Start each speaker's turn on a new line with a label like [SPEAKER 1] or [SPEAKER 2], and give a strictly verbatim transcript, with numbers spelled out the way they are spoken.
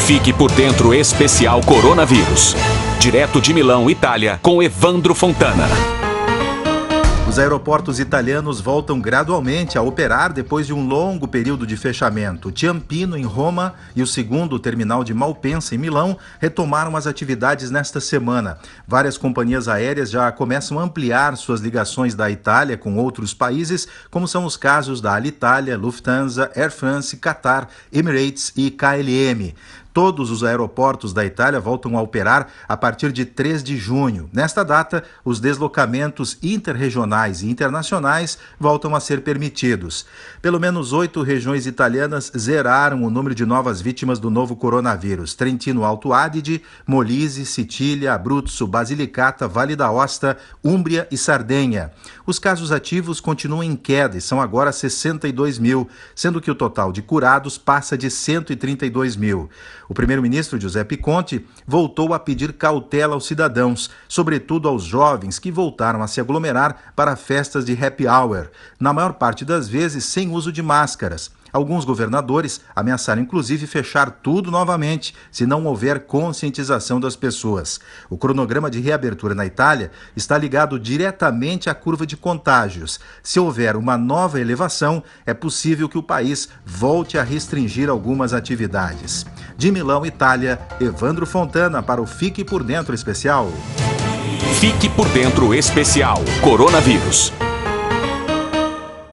[SPEAKER 1] Fique por dentro especial Coronavírus. Direto de Milão, Itália, com Evandro Fontana.
[SPEAKER 2] Os aeroportos italianos voltam gradualmente a operar depois de um longo período de fechamento. Ciampino, em Roma, e o segundo terminal de Malpensa, em Milão, retomaram as atividades nesta semana. Várias companhias aéreas já começam a ampliar suas ligações da Itália com outros países, como são os casos da Alitalia, Lufthansa, Air France, Qatar, Emirates e K L M. Todos os aeroportos da Itália voltam a operar a partir de três de junho. Nesta data, os deslocamentos interregionais e internacionais voltam a ser permitidos. Pelo menos oito regiões italianas zeraram o número de novas vítimas do novo coronavírus: Trentino Alto Adige, Molise, Sicília, Abruzzo, Basilicata, Vale d'Aosta, Úmbria e Sardenha. Os casos ativos continuam em queda e são agora sessenta e dois mil, sendo que o total de curados passa de cento e trinta e dois mil. O primeiro-ministro Giuseppe Conte voltou a pedir cautela aos cidadãos, sobretudo aos jovens que voltaram a se aglomerar para festas de happy hour, na maior parte das vezes sem uso de máscaras. Alguns governadores ameaçaram inclusive fechar tudo novamente se não houver conscientização das pessoas. O cronograma de reabertura na Itália está ligado diretamente à curva de contágios. Se houver uma nova elevação, é possível que o país volte a restringir algumas atividades. De Milão, Itália, Evandro Fontana para o Fique por Dentro Especial.
[SPEAKER 1] Fique por Dentro Especial Coronavírus.